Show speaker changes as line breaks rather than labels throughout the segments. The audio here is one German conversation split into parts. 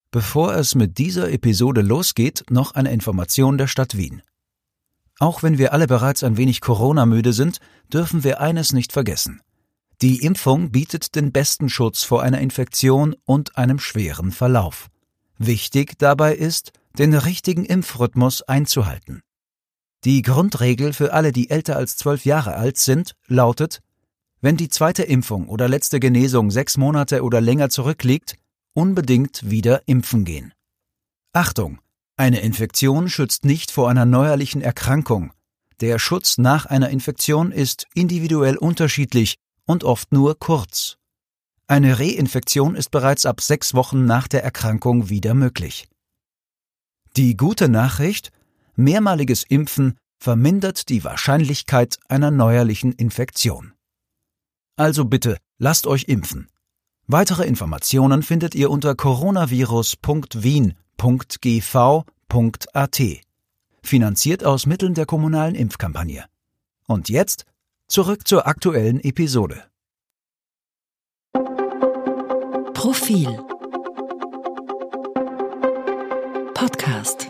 Bevor es mit dieser Episode losgeht, noch eine Information der Stadt Wien. Auch wenn wir alle bereits ein wenig Corona-müde sind, dürfen wir eines nicht vergessen. Die Impfung bietet den besten Schutz vor einer Infektion und einem schweren Verlauf. Wichtig dabei ist, den richtigen Impfrhythmus einzuhalten. Die Grundregel für alle, die älter als 12 Jahre alt sind, lautet: Wenn die zweite Impfung oder letzte Genesung 6 Monate oder länger zurückliegt, unbedingt wieder impfen gehen. Achtung! Eine Infektion schützt nicht vor einer neuerlichen Erkrankung. Der Schutz nach einer Infektion ist individuell unterschiedlich und oft nur kurz. Eine Reinfektion ist bereits ab 6 Wochen nach der Erkrankung wieder möglich. Die gute Nachricht: Mehrmaliges Impfen vermindert die Wahrscheinlichkeit einer neuerlichen Infektion. Also bitte, lasst euch impfen. Weitere Informationen findet ihr unter coronavirus.wien.gv.at. Finanziert aus Mitteln der kommunalen Impfkampagne. Und jetzt zurück zur aktuellen Episode.
Profil Podcast.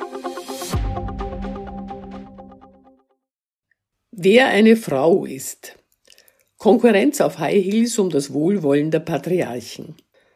Wer eine Frau ist. Konkurrenz auf High Heels um das Wohlwollen der Patriarchen.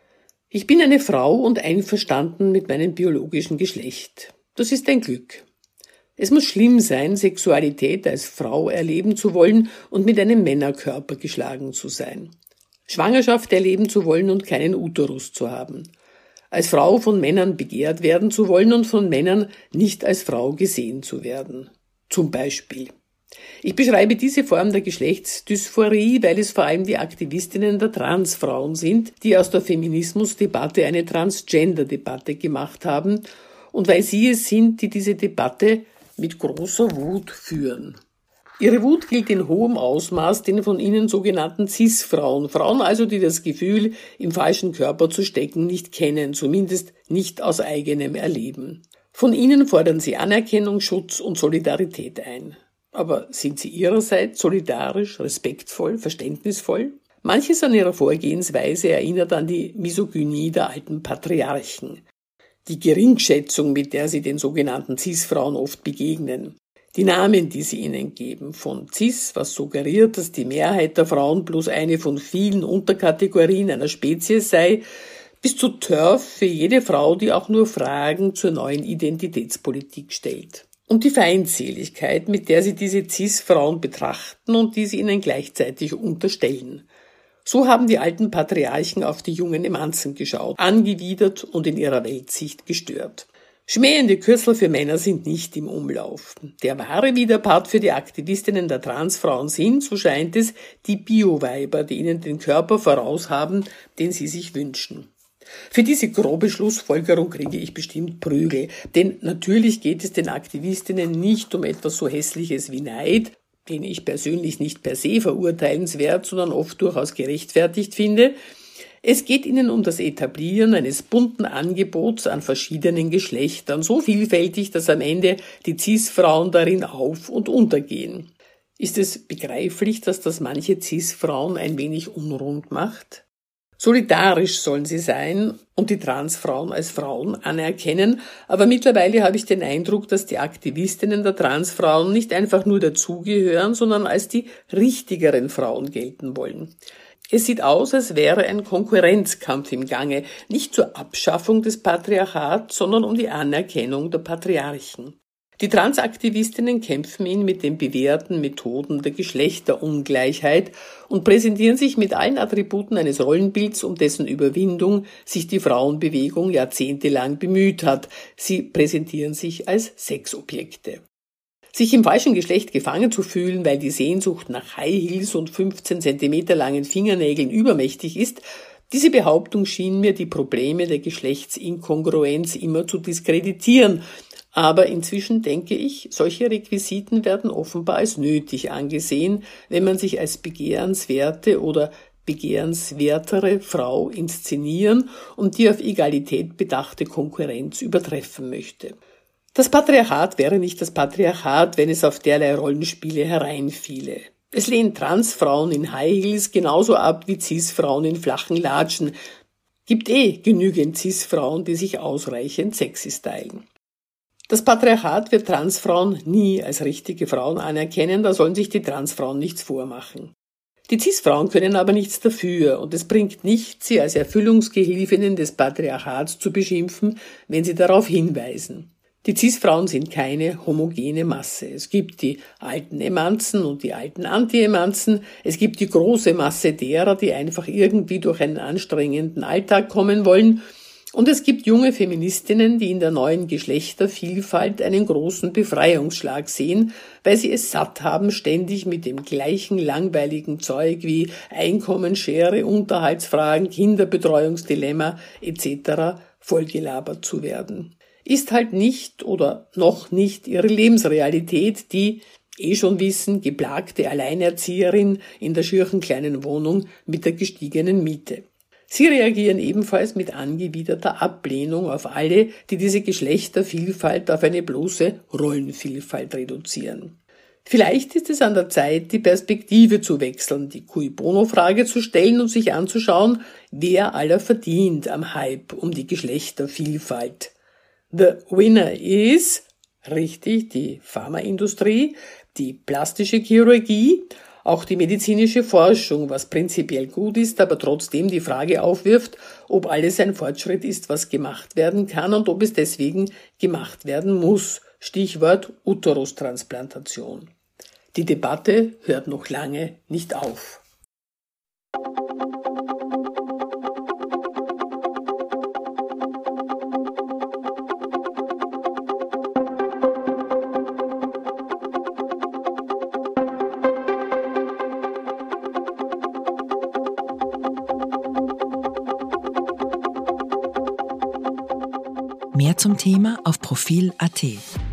Ich bin eine Frau und einverstanden mit meinem biologischen Geschlecht. Das ist ein Glück. Es muss schlimm sein, Sexualität als Frau erleben zu wollen und mit einem Männerkörper geschlagen zu sein. Schwangerschaft erleben zu wollen und keinen Uterus zu haben. Als Frau von Männern begehrt werden zu wollen und von Männern nicht als Frau gesehen zu werden. Zum Beispiel. Ich beschreibe diese Form der Geschlechtsdysphorie, weil es vor allem die Aktivistinnen der Transfrauen sind, die aus der Feminismusdebatte eine Transgender-Debatte gemacht haben und weil sie es sind, die diese Debatte mit großer Wut führen. Ihre Wut gilt in hohem Ausmaß den von ihnen sogenannten Cis-Frauen, Frauen also, die das Gefühl, im falschen Körper zu stecken, nicht kennen, zumindest nicht aus eigenem Erleben. Von ihnen fordern sie Anerkennung, Schutz und Solidarität ein. Aber sind sie ihrerseits solidarisch, respektvoll, verständnisvoll? Manches an ihrer Vorgehensweise erinnert an die Misogynie der alten Patriarchen. Die Geringschätzung, mit der sie den sogenannten Cis-Frauen oft begegnen. Die Namen, die sie ihnen geben, von Cis, was suggeriert, dass die Mehrheit der Frauen bloß eine von vielen Unterkategorien einer Spezies sei, bis zu TERF für jede Frau, die auch nur Fragen zur neuen Identitätspolitik stellt. Und die Feindseligkeit, mit der sie diese Cis-Frauen betrachten und die sie ihnen gleichzeitig unterstellen. So haben die alten Patriarchen auf die jungen Emanzen geschaut, angewidert und in ihrer Weltsicht gestört. Schmähende Kürzel für Männer sind nicht im Umlauf. Der wahre Widerpart für die Aktivistinnen der Transfrauen sind, so scheint es, die Bioweiber, die ihnen den Körper voraus haben, den sie sich wünschen. Für diese grobe Schlussfolgerung kriege ich bestimmt Prügel, denn natürlich geht es den Aktivistinnen nicht um etwas so Hässliches wie Neid, den ich persönlich nicht per se verurteilenswert, sondern oft durchaus gerechtfertigt finde. Es geht ihnen um das Etablieren eines bunten Angebots an verschiedenen Geschlechtern, so vielfältig, dass am Ende die Cis-Frauen darin auf- und untergehen. Ist es begreiflich, dass das manche Cis-Frauen ein wenig unrund macht? Solidarisch sollen sie sein und die Transfrauen als Frauen anerkennen, aber mittlerweile habe ich den Eindruck, dass die Aktivistinnen der Transfrauen nicht einfach nur dazugehören, sondern als die richtigeren Frauen gelten wollen. Es sieht aus, als wäre ein Konkurrenzkampf im Gange, nicht zur Abschaffung des Patriarchats, sondern um die Anerkennung der Patriarchen. Die Transaktivistinnen kämpfen ihn mit den bewährten Methoden der Geschlechterungleichheit und präsentieren sich mit allen Attributen eines Rollenbilds, um dessen Überwindung sich die Frauenbewegung jahrzehntelang bemüht hat. Sie präsentieren sich als Sexobjekte. Sich im falschen Geschlecht gefangen zu fühlen, weil die Sehnsucht nach High Heels und 15 Zentimeter langen Fingernägeln übermächtig ist, diese Behauptung schien mir die Probleme der Geschlechtsinkongruenz immer zu diskreditieren. Aber inzwischen denke ich, solche Requisiten werden offenbar als nötig angesehen, wenn man sich als begehrenswerte oder begehrenswertere Frau inszenieren und die auf Egalität bedachte Konkurrenz übertreffen möchte. Das Patriarchat wäre nicht das Patriarchat, wenn es auf derlei Rollenspiele hereinfiele. Es lehnt Transfrauen in High Heels genauso ab wie Cis-Frauen in flachen Latschen. Gibt genügend Cis-Frauen, die sich ausreichend sexy stylen. Das Patriarchat wird Transfrauen nie als richtige Frauen anerkennen, da sollen sich die Transfrauen nichts vormachen. Die Cis-Frauen können aber nichts dafür und es bringt nichts, sie als Erfüllungsgehilfinnen des Patriarchats zu beschimpfen, wenn sie darauf hinweisen. Die Cis-Frauen sind keine homogene Masse. Es gibt die alten Emanzen und die alten Anti-Emanzen. Es gibt die große Masse derer, die einfach irgendwie durch einen anstrengenden Alltag kommen wollen. Und es gibt junge Feministinnen, die in der neuen Geschlechtervielfalt einen großen Befreiungsschlag sehen, weil sie es satt haben, ständig mit dem gleichen langweiligen Zeug wie Einkommensschere, Unterhaltsfragen, Kinderbetreuungsdilemma etc. vollgelabert zu werden. Ist halt nicht oder noch nicht ihre Lebensrealität, die, schon wissen, geplagte Alleinerzieherin in der schirchen kleinen Wohnung mit der gestiegenen Miete. Sie reagieren ebenfalls mit angewiderter Ablehnung auf alle, die diese Geschlechtervielfalt auf eine bloße Rollenvielfalt reduzieren. Vielleicht ist es an der Zeit, die Perspektive zu wechseln, die Cui-Bono-Frage zu stellen und sich anzuschauen, wer aller verdient am Hype um die Geschlechtervielfalt. The winner is, richtig, die Pharmaindustrie, die plastische Chirurgie, auch die medizinische Forschung, was prinzipiell gut ist, aber trotzdem die Frage aufwirft, ob alles ein Fortschritt ist, was gemacht werden kann und ob es deswegen gemacht werden muss. Stichwort Uterustransplantation. Die Debatte hört noch lange nicht auf.
Mehr zum Thema auf Profil.at.